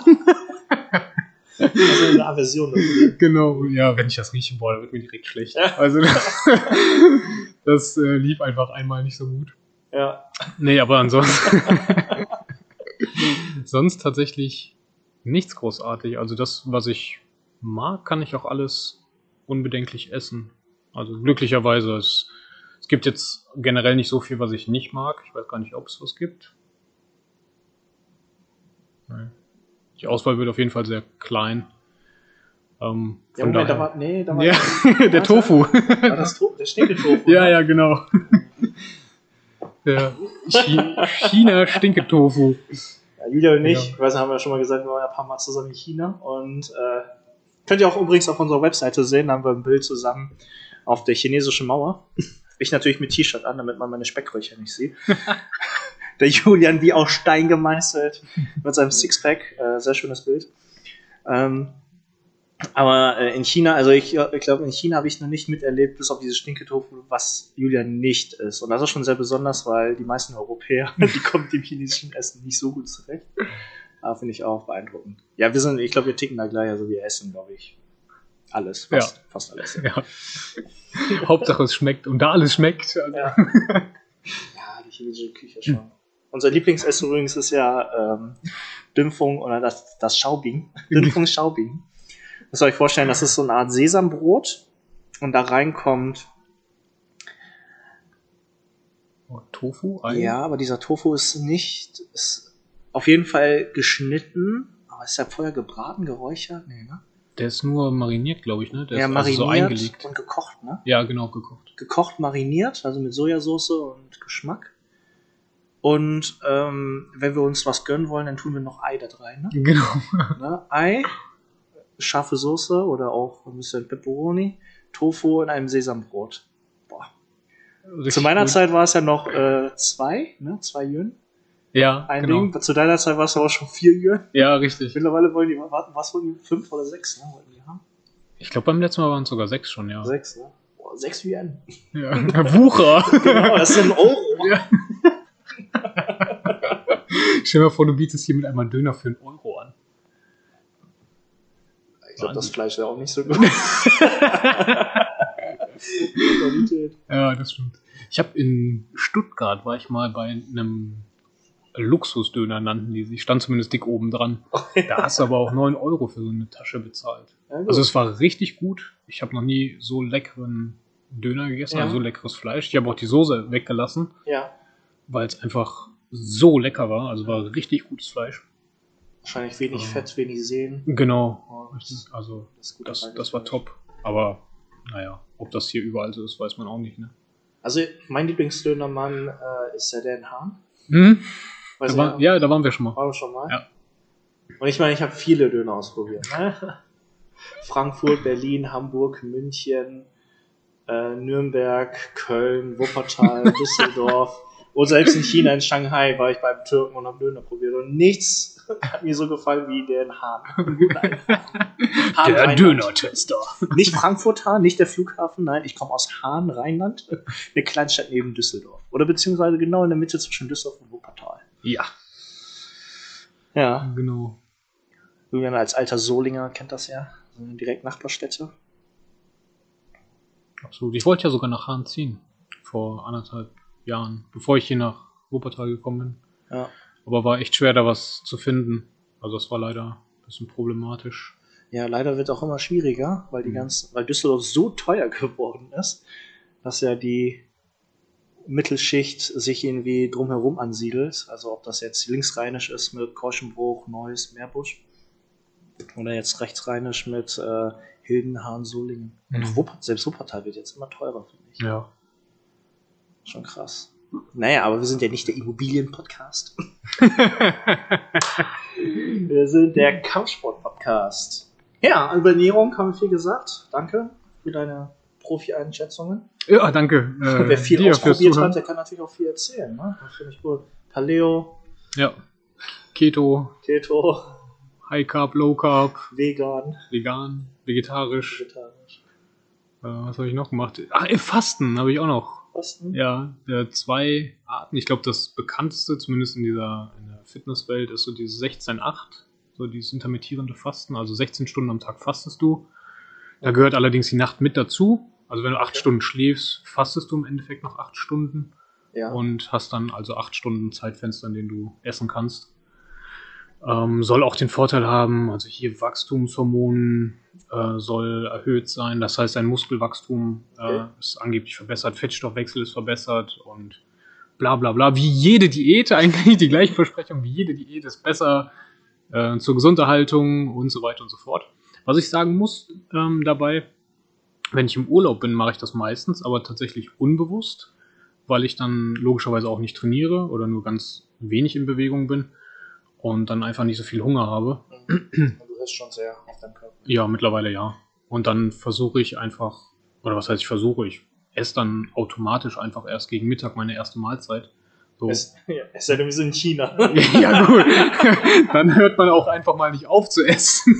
Also eine Aversion dafür. Genau, ja, wenn ich das rieche, boah, dann wird mir direkt schlecht. Also das, das äh, lief einfach einmal nicht so gut. Ja. Nee, aber ansonsten sonst tatsächlich nichts großartig. Also das, was ich mag, kann ich auch alles unbedenklich essen. Also glücklicherweise, es, es gibt jetzt generell nicht so viel, was ich nicht mag. Ich weiß gar nicht, ob es was gibt. Nee. Die Auswahl wird auf jeden Fall sehr klein. Ähm, Ja, von Moment, da daher- war, nee, da war, ja, der Was? Tofu. war das to der Stinke-Tofu. Ja, ne? ja, genau. Der Chi- China-Stinke-Tofu. Ja, Julia und ich, Ja. ich weiß nicht, haben wir ja schon mal gesagt, wir waren ja ein paar Mal zusammen in China und äh, könnt ihr auch übrigens auf unserer Webseite sehen, da haben wir ein Bild zusammen auf der chinesischen Mauer. Ich natürlich mit T-Shirt an, damit man meine Speckröllchen nicht sieht. Der Julian wie aus Stein gemeißelt mit seinem Sixpack, äh, sehr schönes Bild. Ähm, aber äh, in China, also ich, ich glaube, in China habe ich noch nicht miterlebt, bis auf diese Stinketofu, was Julian nicht ist. Und das ist schon sehr besonders, weil die meisten Europäer, die kommen mit dem chinesischen Essen nicht so gut zurecht. Aber finde ich auch beeindruckend. Ja, wir sind, ich glaube, wir ticken da gleich, also wir essen, glaube ich, alles, fast, Ja. fast alles. Ja. Hauptsache es schmeckt und da alles schmeckt. Also. Ja. Ja, die chinesische Küche schon. Unser Lieblingsessen übrigens ist ja ähm, Dümpfung oder das, das Schaobing. Dümpfung Schaobing. Müsst ihr euch vorstellen, das ist so eine Art Sesambrot und da reinkommt, Oh, Tofu? Ei? ja, aber dieser Tofu ist nicht, ist auf jeden Fall geschnitten, aber ist ja vorher gebraten, geräuchert? Nee, ne? Der ist nur mariniert, glaube ich, ne? Der Ja, ist also so mariniert eingelegt. und gekocht, ne? Ja, genau, gekocht. Gekocht, mariniert, also mit Sojasauce und Geschmack. Und ähm, wenn wir uns was gönnen wollen, dann tun wir noch Ei da rein, ne? Genau. Ne? Ei, scharfe Soße oder auch ein bisschen Pepperoni, Tofu in einem Sesambrot. Boah. Richtig Zu meiner gut. Zeit war es ja noch äh, zwei, ne? Zwei Yuan. Ja, Ein genau. Ding. Zu deiner Zeit war es aber schon vier Yuan. Ja, richtig. Mittlerweile wollen die, warten, was wollten die? Fünf oder sechs, ne? Wollten die haben? Ich glaube, beim letzten Mal waren es sogar sechs schon, ja. Sechs, ne? Boah, sechs Yuan. Ja. Wucher! Genau, das ist ein Euro. Ja. Stell dir mal vor, du bietest hier mit einmal einen Döner für einen Euro an. Ich glaube, das Wahnsinn. Fleisch wäre auch nicht so gut. Qualität. Ja, das stimmt. Ich habe in Stuttgart, war ich mal bei einem Luxusdöner, nannten die sich. Stand zumindest dick oben dran. Da hast du aber auch neun Euro für so eine Tasche bezahlt. Ja, gut. Also es war richtig gut. Ich habe noch nie so leckeren Döner gegessen, Ja. also so leckeres Fleisch. Ich habe auch die Soße weggelassen, Ja, weil es einfach so lecker war. Also war richtig gutes Fleisch. wahrscheinlich wenig Ja. Fett, wenig Sehnen. Genau. Oh, Also das ist gut das, dabei das war gefallen. top. Aber naja, ob das hier überall so ist, weiß man auch nicht. Ne? Also mein Lieblingsdönermann äh, ist ja der in Hahn. Hm? Weiß Da ich war, ja, da waren wir schon mal. Waren wir schon mal? Ja. Und ich meine, ich habe viele Döner ausprobiert. Ne? Frankfurt, Berlin, Hamburg, München, äh, Nürnberg, Köln, Wuppertal, Düsseldorf. Und selbst in China, in Shanghai, war ich beim Türken und habe Döner probiert. Und nichts hat mir so gefallen wie der in Hahn. Hahn, Der Rheinland. Döner-Tester. Nicht Frankfurt Hahn, nicht der Flughafen, nein, ich komme aus Hahn, Rheinland. Eine Kleinstadt neben Düsseldorf. Oder beziehungsweise genau in der Mitte zwischen Düsseldorf und Wuppertal. Ja, Ja. genau. Julian als alter Solinger kennt das ja. So eine direkt Nachbarstädte. Absolut. Ich wollte ja sogar nach Hahn ziehen. Vor anderthalb Jahren, bevor ich hier nach Wuppertal gekommen bin. Ja. Aber war echt schwer, da was zu finden. Also es war leider ein bisschen problematisch. Ja, leider wird auch immer schwieriger, weil die Mhm. ganzen, weil Düsseldorf so teuer geworden ist, dass ja die Mittelschicht sich irgendwie drumherum ansiedelt. Also ob das jetzt linksrheinisch ist mit Korschenbruch, Neuss, Meerbusch oder jetzt rechtsrheinisch mit äh, Hilden, Hahn, Solingen. Mhm. Und Wuppert, selbst Wuppertal wird jetzt immer teurer, finde ich. Ja. Schon krass. Naja, aber wir sind ja nicht der Immobilien-Podcast. Wir sind der Kampfsport-Podcast. Ja, über Ernährung haben wir viel gesagt. Danke für deine Profi-Einschätzungen. Ja, danke. Äh, Wer viel ausprobiert hat, der kann natürlich auch viel erzählen. Ne? Das finde ich gut. Paleo. Ja. Keto. Keto. High Carb, Low Carb. Vegan. Vegan. Vegetarisch. Vegetarisch. Äh, was habe ich noch gemacht? Ach, äh, Fasten habe ich auch noch. Fasten? Ja, äh, zwei Arten. Ich glaube, das bekannteste, zumindest in dieser in der Fitnesswelt, ist so dieses sechzehn acht. So dieses intermittierende Fasten. Also sechzehn Stunden am Tag fastest du. Da gehört allerdings die Nacht mit dazu. Also wenn du acht okay. Stunden schläfst, fastest du im Endeffekt noch acht Stunden. Ja. Und hast dann also acht Stunden Zeitfenster, in denen du essen kannst. Ähm, soll auch den Vorteil haben, also hier Wachstumshormon äh, soll erhöht sein. Das heißt, dein Muskelwachstum äh, okay. ist angeblich verbessert, Fettstoffwechsel ist verbessert und bla bla bla. Wie jede Diät, eigentlich die gleiche Versprechung, wie jede Diät ist besser äh, zur Gesunderhaltung und so weiter und so fort. Was ich sagen muss ähm, dabei, wenn ich im Urlaub bin, mache ich das meistens, aber tatsächlich unbewusst, weil ich dann logischerweise auch nicht trainiere oder nur ganz wenig in Bewegung bin und dann einfach nicht so viel Hunger habe. Du hörst schon sehr auf deinen Körper. Ja, mittlerweile ja. Und dann versuche ich einfach, oder was heißt ich versuche, ich esse dann automatisch einfach erst gegen Mittag meine erste Mahlzeit. So. Es, ja, es sei denn, wir sind in China. Ja gut, dann hört man auch einfach mal nicht auf zu essen.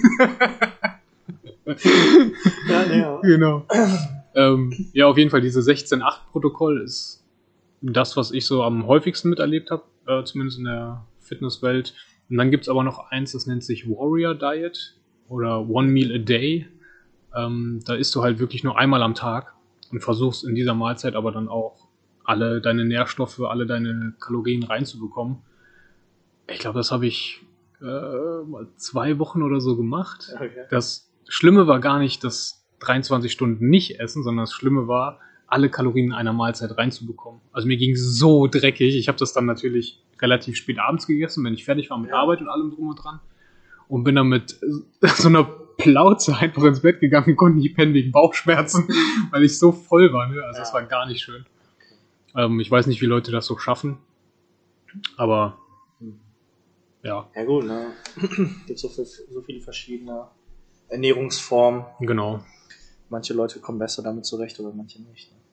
Ja, nee, ja. Genau. ähm, ja, auf jeden Fall, diese sechzehn acht Protokoll ist das, was ich so am häufigsten miterlebt habe, äh, zumindest in der Fitnesswelt. Und dann gibt es aber noch eins, das nennt sich Warrior Diet oder One Meal a Day. Ähm, da isst du halt wirklich nur einmal am Tag und versuchst in dieser Mahlzeit aber dann auch alle deine Nährstoffe, alle deine Kalorien reinzubekommen. Ich glaube, das habe ich äh, mal zwei Wochen oder so gemacht. Okay. Das Schlimme war gar nicht das dreiundzwanzig Stunden nicht essen, sondern das Schlimme war, alle Kalorien in einer Mahlzeit reinzubekommen. Also mir ging es so dreckig. Ich habe das dann natürlich relativ spät abends gegessen, wenn ich fertig war mit Ja. Arbeit und allem drum und dran. Und bin dann mit so einer Plauze einfach ins Bett gegangen und konnte nicht pennen wegen Bauchschmerzen, weil ich so voll war. Ne? Also Ja. das war gar nicht schön. Ähm, ich weiß nicht, wie Leute das so schaffen. Aber ja, Ja gut, ne? Gibt so, viel, so viele verschiedene Ernährungsformen. genau. Manche Leute kommen besser damit zurecht, oder manche nicht. Ne?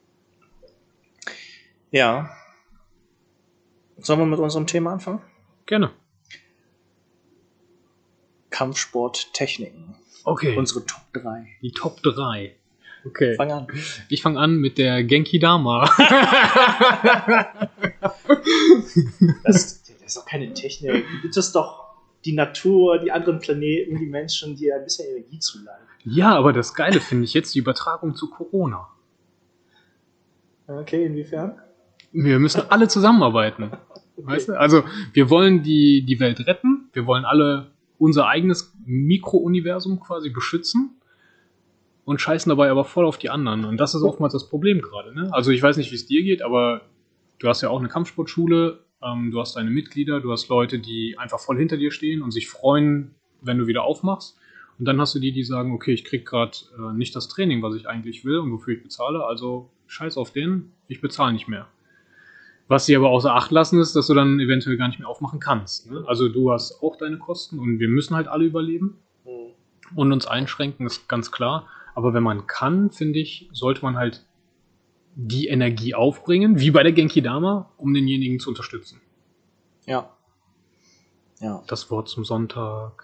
Ja. Sollen wir mit unserem Thema anfangen? Gerne. Kampfsporttechniken. Okay. Unsere Top drei. Die Top drei. Okay. Fang an. Ich fange an mit der Genki Dama. Das, das ist doch keine Technik. Das ist doch die Natur, die anderen Planeten, die Menschen, die ein bisschen Energie zuleiten. Ja, aber das Geile finde ich jetzt die Übertragung zu Corona. Okay, inwiefern? Wir müssen alle zusammenarbeiten. Weißt du? Also wir wollen die, die Welt retten. Wir wollen alle unser eigenes Mikrouniversum quasi beschützen und scheißen dabei aber voll auf die anderen. Und das ist oftmals das Problem gerade. Ne? Also ich weiß nicht, wie es dir geht, aber du hast ja auch eine Kampfsportschule. Ähm, du hast deine Mitglieder. Du hast Leute, die einfach voll hinter dir stehen und sich freuen, wenn du wieder aufmachst. Und dann hast du die, die sagen, okay, ich krieg gerade äh, nicht das Training, was ich eigentlich will und wofür ich bezahle, also scheiß auf den, ich bezahle nicht mehr. Was sie aber außer Acht lassen ist, dass du dann eventuell gar nicht mehr aufmachen kannst. Ne? Also du hast auch deine Kosten und wir müssen halt alle überleben Mhm. und uns einschränken, ist ganz klar. Aber wenn man kann, finde ich, sollte man halt die Energie aufbringen, wie bei der Genki Dama, um denjenigen zu unterstützen. Ja. Ja. Das Wort zum Sonntag.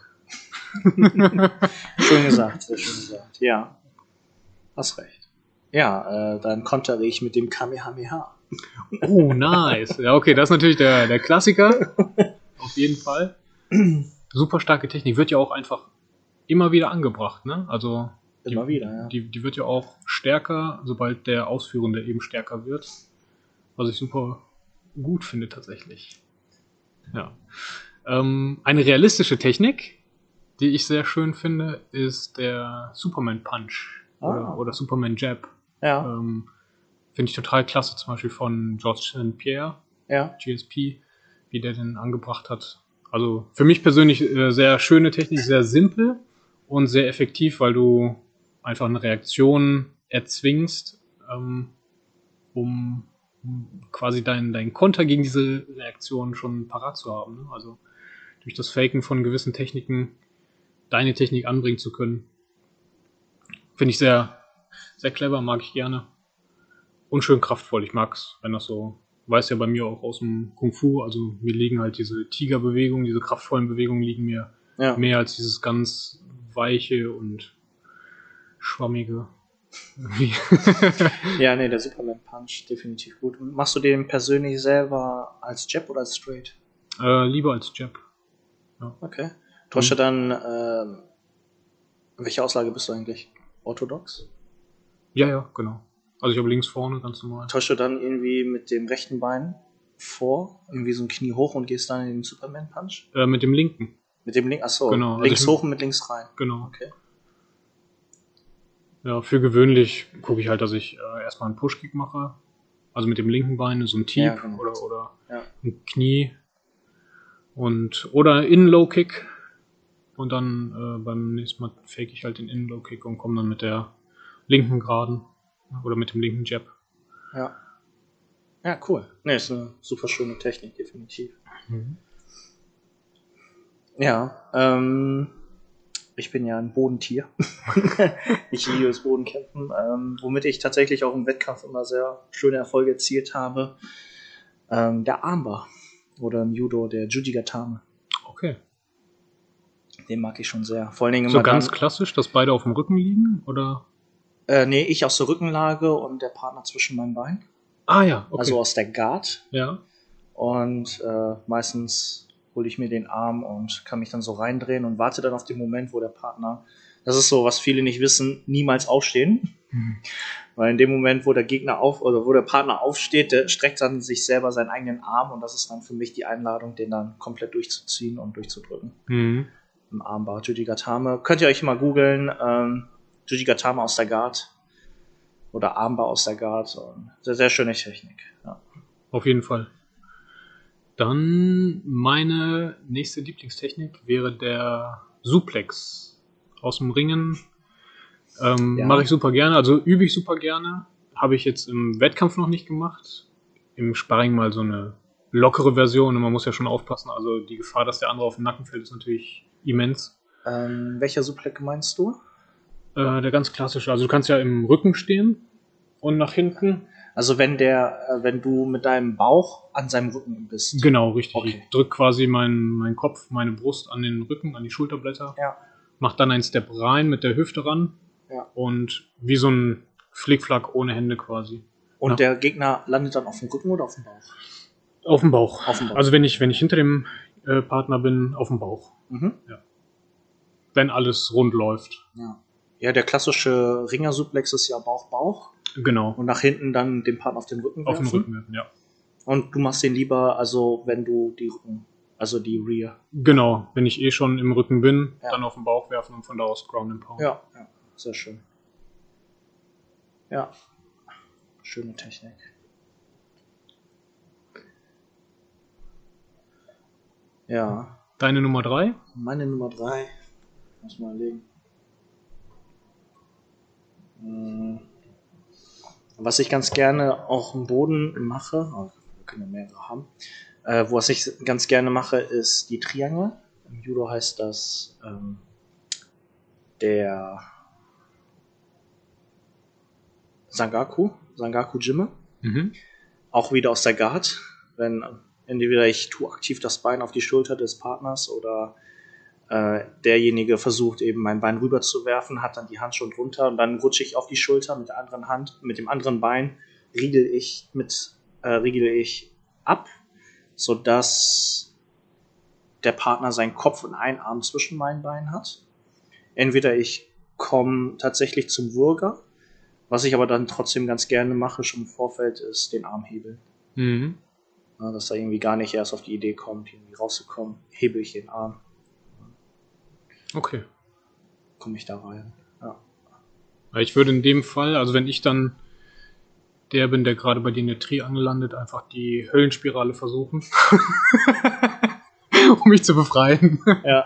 Schön gesagt, sehr schön gesagt. Ja. Hast recht. Ja, äh, dann kontere ich mit dem Kamehameha. Oh, nice. Ja, okay, das ist natürlich der, der Klassiker. Auf jeden Fall. Super starke Technik. Wird ja auch einfach immer wieder angebracht, ne? Also die, Immer wieder, ja. Die, die wird ja auch stärker, sobald der Ausführende eben stärker wird. Was ich super gut finde tatsächlich. Ja. Ähm, eine realistische Technik, die ich sehr schön finde, ist der Superman Punch Ah. oder, oder Superman Jab. Ja, Ähm, Finde ich total klasse, zum Beispiel von George Saint Pierre, ja. G S P, wie der den angebracht hat. Also für mich persönlich äh, sehr schöne Technik, sehr simpel und sehr effektiv, weil du einfach eine Reaktion erzwingst, ähm, um quasi deinen dein Konter gegen diese Reaktion schon parat zu haben. Ne? Also durch das Faken von gewissen Techniken deine Technik anbringen zu können. Finde ich sehr, sehr clever, mag ich gerne. Und schön kraftvoll. Ich mag's, wenn das so, weiß ja bei mir auch aus dem Kung Fu, also mir liegen halt diese Tigerbewegungen, diese kraftvollen Bewegungen liegen mir ja. mehr als dieses ganz weiche und schwammige. Ja, nee, der Superman Punch, definitiv gut. Und machst du den persönlich selber als Jab oder als Straight? Äh, lieber als Jab. Ja. Okay. Täuscht du dann, äh, welche Auslage bist du eigentlich? Orthodox? Ja, ja, genau. Also ich habe links vorne, ganz normal. Täuscht du dann irgendwie mit dem rechten Bein vor, irgendwie so ein Knie hoch und gehst dann in den Superman Punch? Äh, mit dem linken. Mit dem linken, achso, genau. links also hoch und mit links rein. Genau. Okay. Ja, für gewöhnlich gucke ich halt, dass ich äh, erstmal einen Push-Kick mache. Also mit dem linken Bein, so ein Tief ja, genau. oder, oder ja. ein Knie. Und, oder In-Low-Kick. Und dann äh, beim nächsten Mal fake ich halt den In-Low-Kick und komme dann mit der linken Geraden. Oder mit dem linken Jab. Ja. Ja, cool. Ne, ist eine super schöne Technik, definitiv. Mhm. Ja, ähm, ich bin ja ein Bodentier. Ich liebe das Bodenkämpfen, ähm, womit ich tatsächlich auch im Wettkampf immer sehr schöne Erfolge erzielt habe. Ähm, der Armbar oder im Judo der Jujigatame. Okay. Den mag ich schon sehr. Vor allen Dingen so immer ganz dann, klassisch, dass beide auf dem Rücken liegen, oder? Äh, nee, ich aus der Rückenlage und der Partner zwischen meinen Beinen. Ah ja, okay. Also aus der Guard. Ja. Und äh, meistens hole ich mir den Arm und kann mich dann so reindrehen und warte dann auf den Moment, wo der Partner, das ist so, was viele nicht wissen, niemals aufstehen. Mhm. Weil in dem Moment, wo der Gegner auf oder wo der Partner aufsteht, der streckt dann sich selber seinen eigenen Arm und das ist dann für mich die Einladung, den dann komplett durchzuziehen und durchzudrücken. Mhm. Im Armbar, Jujigatame. Könnt ihr euch mal googeln, ähm, Jujigatame aus der Guard oder Armbar aus der Guard. Und sehr, sehr schöne Technik. Ja. Auf jeden Fall. Dann meine nächste Lieblingstechnik wäre der Suplex aus dem Ringen. Ähm, ja. Mache ich super gerne, also übe ich super gerne. Habe ich jetzt im Wettkampf noch nicht gemacht. Im Sparring mal so eine lockere Version und man muss ja schon aufpassen. Also die Gefahr, dass der andere auf den Nacken fällt, ist natürlich immens. Ähm, welcher Suplex meinst du? Äh, der ganz klassische. Also du kannst ja im Rücken stehen und nach hinten. Also wenn der, äh, wenn du mit deinem Bauch an seinem Rücken bist. Genau, richtig. Okay. Ich drück quasi meinen mein Kopf, meine Brust an den Rücken, an die Schulterblätter. Ja. Mach dann einen Step rein mit der Hüfte ran. Ja. Und wie so ein Flickflack ohne Hände quasi. Und ja. Der Gegner landet dann auf dem Rücken oder auf dem Bauch? Auf dem Bauch. Auf dem Bauch. Also wenn ich, wenn ich hinter dem äh, Partner bin, auf dem Bauch. Mhm. Ja. Wenn alles rund läuft. Ja. Ja, der klassische Ringer-Suplex ist ja Bauch-Bauch. Genau. Und nach hinten dann den Partner auf den Rücken werfen. Auf den Rücken werfen, ja. Und du machst den lieber, also wenn du die Rücken, also die Rear. Genau, wenn ich eh schon im Rücken bin, ja. dann auf den Bauch werfen und von da aus Ground and Pound. Ja, ja, sehr schön. Ja, schöne Technik. Ja. Deine Nummer drei? Meine Nummer drei. Muss mal legen. Was ich ganz gerne auch im Boden mache, wir können ja mehrere haben, äh, was ich ganz gerne mache, ist die Triangel. Im Judo heißt das ähm, der Sangaku, Sangaku Jime. Mhm. Auch wieder aus der Guard, wenn entweder ich tue aktiv das Bein auf die Schulter des Partners oder äh, derjenige versucht eben mein Bein rüber zu werfen, hat dann die Hand schon drunter und dann rutsche ich auf die Schulter mit der anderen Hand, mit dem anderen Bein riegel ich mit äh, riegel ich ab, sodass der Partner seinen Kopf und einen Arm zwischen meinen Beinen hat. Entweder ich komme tatsächlich zum Würger, was ich aber dann trotzdem ganz gerne mache, schon im Vorfeld, ist den Arm hebeln. Mhm. Ja, dass er irgendwie gar nicht erst auf die Idee kommt, irgendwie rauszukommen, hebel ich den Arm. Okay. Komme ich da rein. Ja. Ich würde in dem Fall, also wenn ich dann der bin, der gerade bei dir in der Triangel landet, einfach die Höllenspirale versuchen. Um mich zu befreien. Ja.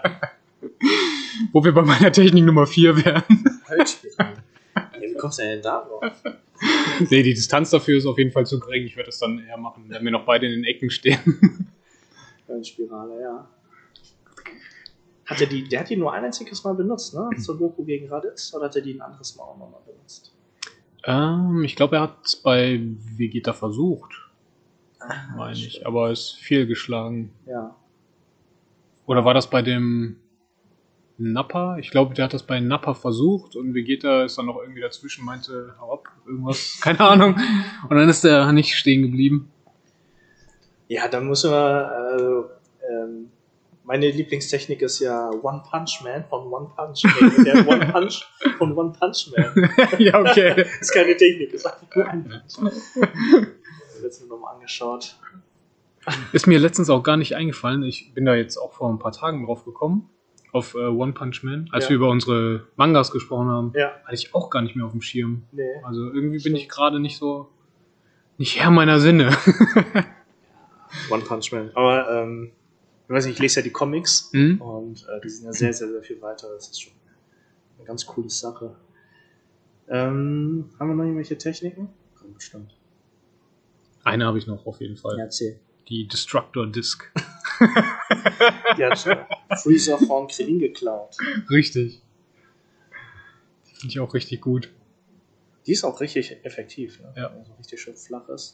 Wo wir bei meiner Technik Nummer vier wären. Höllenspirale. Ja, wie kommst du denn da drauf? Nee, die Distanz dafür ist auf jeden Fall zu gering. Ich würde das dann eher machen, wenn wir noch beide in den Ecken stehen. Eine Spirale, ja. Hat er die, der hat die nur ein einziges Mal benutzt, ne? Zur Doku gegen Raditz, oder hat er die ein anderes Mal auch nochmal benutzt? Ähm, ich glaube, er hat es bei Vegeta versucht, Ah, meine ich, stimmt. aber ist fehlgeschlagen. Ja. Oder war das bei dem Nappa? Ich glaube, der hat das bei Nappa versucht und Vegeta ist dann noch irgendwie dazwischen, meinte, hau ab, irgendwas, keine Ahnung. Und dann ist er nicht stehen geblieben. Ja, dann müssen wir, äh, ähm, meine Lieblingstechnik ist ja One Punch Man von One Punch Man. Der One Punch von One Punch Man. Ja, okay. Das ist keine Technik, das ist einfach nur ein Punch. Ich habe jetzt nur nochmal angeschaut. Ist mir letztens auch gar nicht eingefallen. Ich bin da jetzt auch vor ein paar Tagen drauf gekommen, auf äh, One Punch Man. Als Ja. wir über unsere Mangas gesprochen haben, Ja, hatte ich auch gar nicht mehr auf dem Schirm. nee. Also irgendwie bin ich gerade nicht so, nicht Herr meiner Sinne. One Punch Man. Aber, ähm, ich weiß nicht, ich lese ja die Comics Hm? und äh, die sind ja sehr, sehr, sehr viel weiter. Das ist schon eine ganz coole Sache. Ähm, haben wir noch irgendwelche Techniken? Komm, bestimmt. Eine habe ich noch auf jeden Fall. Ja, erzähl. Die Destructor Disc. Die hat schon Freezer von Krillin geklaut. Richtig. Die finde ich auch richtig gut. Die ist auch richtig effektiv, ne? Ja. Also richtig schön flach ist.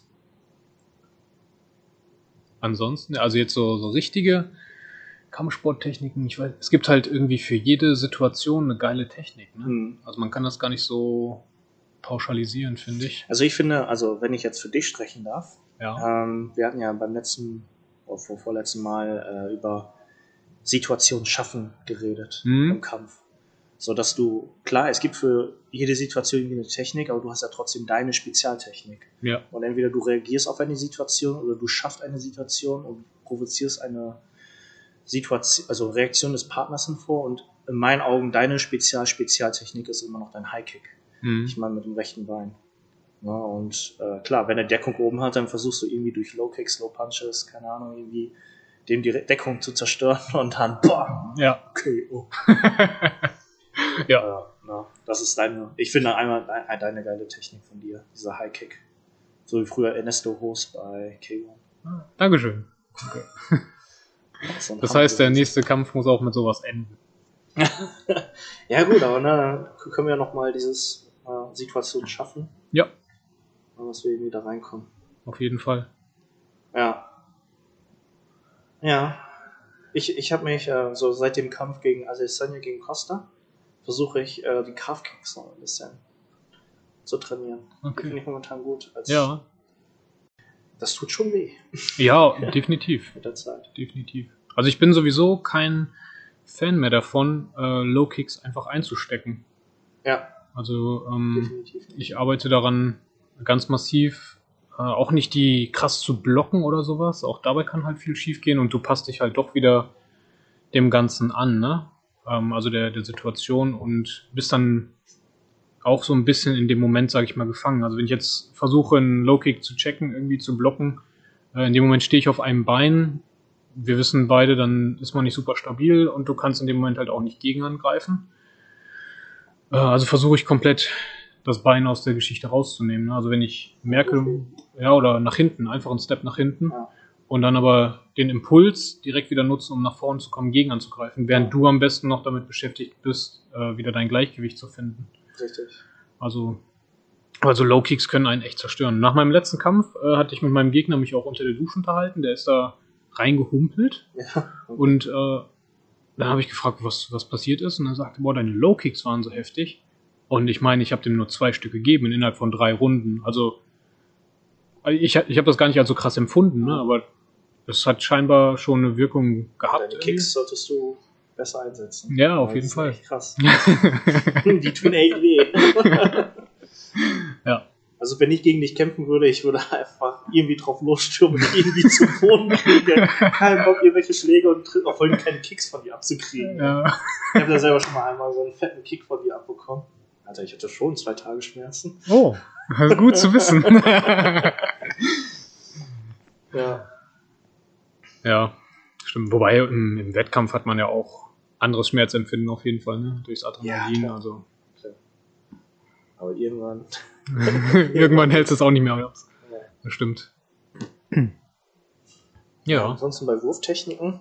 Ansonsten, also jetzt so, so richtige Kampfsporttechniken, ich weiß, es gibt halt irgendwie für jede Situation eine geile Technik, ne? Hm. Also man kann das gar nicht so pauschalisieren, finde ich. Also ich finde, also wenn ich jetzt für dich sprechen darf, Ja. ähm, wir hatten ja beim letzten, oder vor, vorletzten Mal äh, über Situationen schaffen geredet Mhm. im Kampf. So dass du, klar, es gibt für jede Situation irgendwie eine Technik, aber du hast ja trotzdem deine Spezialtechnik. Ja. Und entweder du reagierst auf eine Situation oder du schaffst eine Situation und provozierst eine Situation, also Reaktion des Partners hinvor. Und in meinen Augen deine Spezial-Spezialtechnik ist immer noch dein High-Kick. Mhm. Ich meine mit dem rechten Bein. Ja, und äh, klar, wenn er Deckung oben hat, dann versuchst du irgendwie durch Low-Kicks, Low-Punches, keine Ahnung, irgendwie dem die Deckung zu zerstören und dann bam, Ja. okay, oh. Ja. Ja, na, das ist deine, ich finde einmal deine, deine geile Technik von dir, dieser High Kick. So wie früher Ernesto Hoos bei K eins. Dankeschön. Okay. Das, Das heißt, der nächste Kampf muss auch mit sowas enden. Ja gut, aber ne, dann können wir ja nochmal dieses äh, Situation schaffen, Ja, dass wir irgendwie da reinkommen. auf jeden Fall. Ja. Ja. Ich, ich habe mich äh, so seit dem Kampf gegen Adesanya gegen Costa versuche ich äh, die Calf-Kicks noch ein bisschen zu trainieren. Die Okay. finde ich momentan gut. Als Ja. Das tut schon weh Ja, definitiv. mit der Zeit. Definitiv. Also ich bin sowieso kein Fan mehr davon, äh, Low Kicks einfach einzustecken. Ja, Also ähm, definitiv nicht. ich arbeite daran ganz massiv, äh, auch nicht die krass zu blocken oder sowas. Auch dabei kann halt viel schief gehen und du passt dich halt doch wieder dem Ganzen an, ne? Ähm, also der, der Situation und bist dann auch so ein bisschen in dem Moment, sage ich mal, gefangen. Also wenn ich jetzt versuche, einen Low-Kick zu checken, irgendwie zu blocken, äh, in dem Moment stehe ich auf einem Bein. Wir wissen beide, dann ist man nicht super stabil und du kannst in dem Moment halt auch nicht gegen angreifen. Äh, also versuche ich komplett das Bein aus der Geschichte rauszunehmen. Ne? Also wenn ich merke, ja, oder nach hinten, einfach einen Step nach hinten Ja. und dann aber den Impuls direkt wieder nutzen, um nach vorne zu kommen, gegen anzugreifen, während du am besten noch damit beschäftigt bist, äh, wieder dein Gleichgewicht zu finden. Richtig. Also, also Low Kicks können einen echt zerstören. Nach meinem letzten Kampf äh, hatte ich mit meinem Gegner mich auch unter der Dusche unterhalten. Der ist da reingehumpelt Ja. und äh, dann habe ich gefragt, was, was passiert ist. Und er sagte, boah, deine Low Kicks waren so heftig. Und ich meine, ich habe dem nur zwei Stück gegeben innerhalb von drei Runden. Also ich, ich habe das gar nicht als so krass empfunden, ne? Aber es hat scheinbar schon eine Wirkung gehabt. Deine Kicks solltest du besser einsetzen. Ja, auf Weil jeden das Fall. ist echt krass. Die tun echt weh. Ja. Also wenn ich gegen dich kämpfen würde, ich würde einfach irgendwie drauf losstürmen und irgendwie zum Boden kriegen. Kein Bock, irgendwelche Schläge und tritt, obwohl keine Kicks von dir abzukriegen. Ja. Ich habe da selber schon mal einmal so einen fetten Kick von dir abbekommen. Alter, ich hatte schon zwei Tage Schmerzen. Oh, gut zu wissen. Ja. Ja, stimmt. Wobei im, im Wettkampf hat man ja auch anderes Schmerzempfinden auf jeden Fall, ne? Durchs Adrenalin. Ja, klar. Also Aber irgendwann Irgendwann hältst du es auch nicht mehr aus. Das stimmt. Ja. Ansonsten bei Wurftechniken.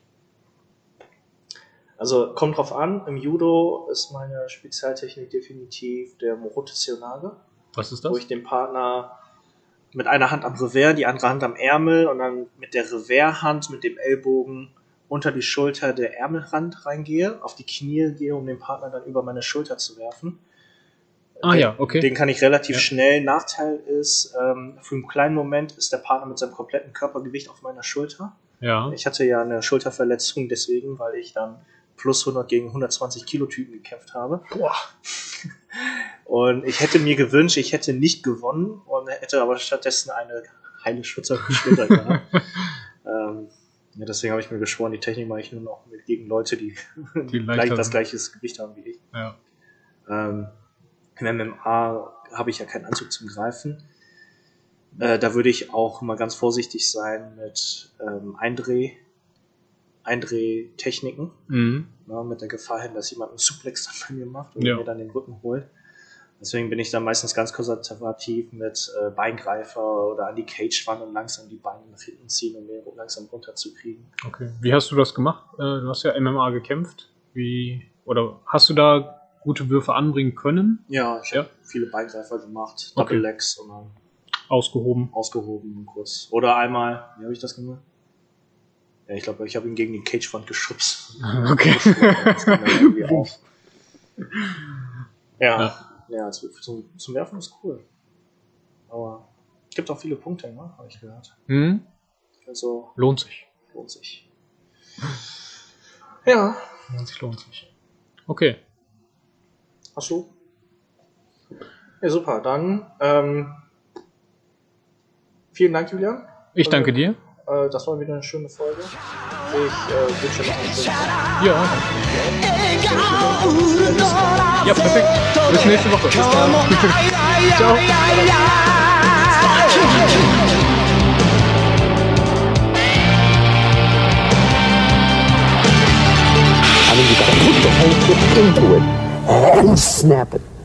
Also kommt drauf an, im Judo ist meine Spezialtechnik definitiv der Morote Seoinage. Was ist das? Wo ich den Partner mit einer Hand am Revers, die andere Hand am Ärmel und dann mit der Revershand, mit dem Ellbogen unter die Schulter der Ärmelrand reingehe, auf die Knie gehe, um den Partner dann über meine Schulter zu werfen. Ah den, ja, okay. Den kann ich relativ ja. schnell. Nachteil ist, ähm, für einen kleinen Moment ist der Partner mit seinem kompletten Körpergewicht auf meiner Schulter. Ja. Ich hatte ja eine Schulterverletzung deswegen, weil ich dann plus hundert gegen hundertzwanzig Kilo Typen gekämpft habe. Boah. Und ich hätte mir gewünscht, ich hätte nicht gewonnen und hätte aber stattdessen eine heile Schulter gehabt. ähm, ja, deswegen habe ich mir geschworen, die Technik mache ich nur noch mit, gegen Leute, die, die gleich das gleiche Gewicht haben wie ich. Ja. Ähm, Im M M A habe ich ja keinen Anzug zum Greifen. Äh, da würde ich auch mal ganz vorsichtig sein mit ähm, Eindreh, Eindrehtechniken. Mhm. Ja, mit der Gefahr hin, dass jemand einen Suplex dann bei mir macht oder ja. mir dann den Rücken holt. Deswegen bin ich dann meistens ganz konservativ mit äh, Beingreifer oder an die Cage-Wand und langsam die Beine nach hinten ziehen, um den langsam runterzukriegen. Okay. Wie hast du das gemacht? Äh, du hast ja M M A gekämpft. Wie, oder hast du da gute Würfe anbringen können? Ja, ich ja. habe viele Beingreifer gemacht, Double okay. Legs und dann ausgehoben. Ausgehoben und kurz. Oder einmal, wie habe ich das gemacht? Ja, ich glaube, ich habe ihn gegen die Cagewand geschubst. Okay. Das ging dann irgendwie auf. Ja, ja, ja zum, zum Werfen ist cool. Aber es gibt auch viele Punkte, ne? Habe ich gehört. Mhm. Also lohnt sich. Lohnt sich. Ja. Lohnt sich, lohnt sich. Okay. Hast du? Ja, super. Dann ähm, vielen Dank, Julian. Ich danke dir. Äh, das war wieder eine schöne Folge. Ich äh, wünsche noch einen schönen Tag. Ja. Ja, perfekt. Bis nächste Woche. Bis dann. Ciao. I mean, you gotta put the whole shit into it and snap it.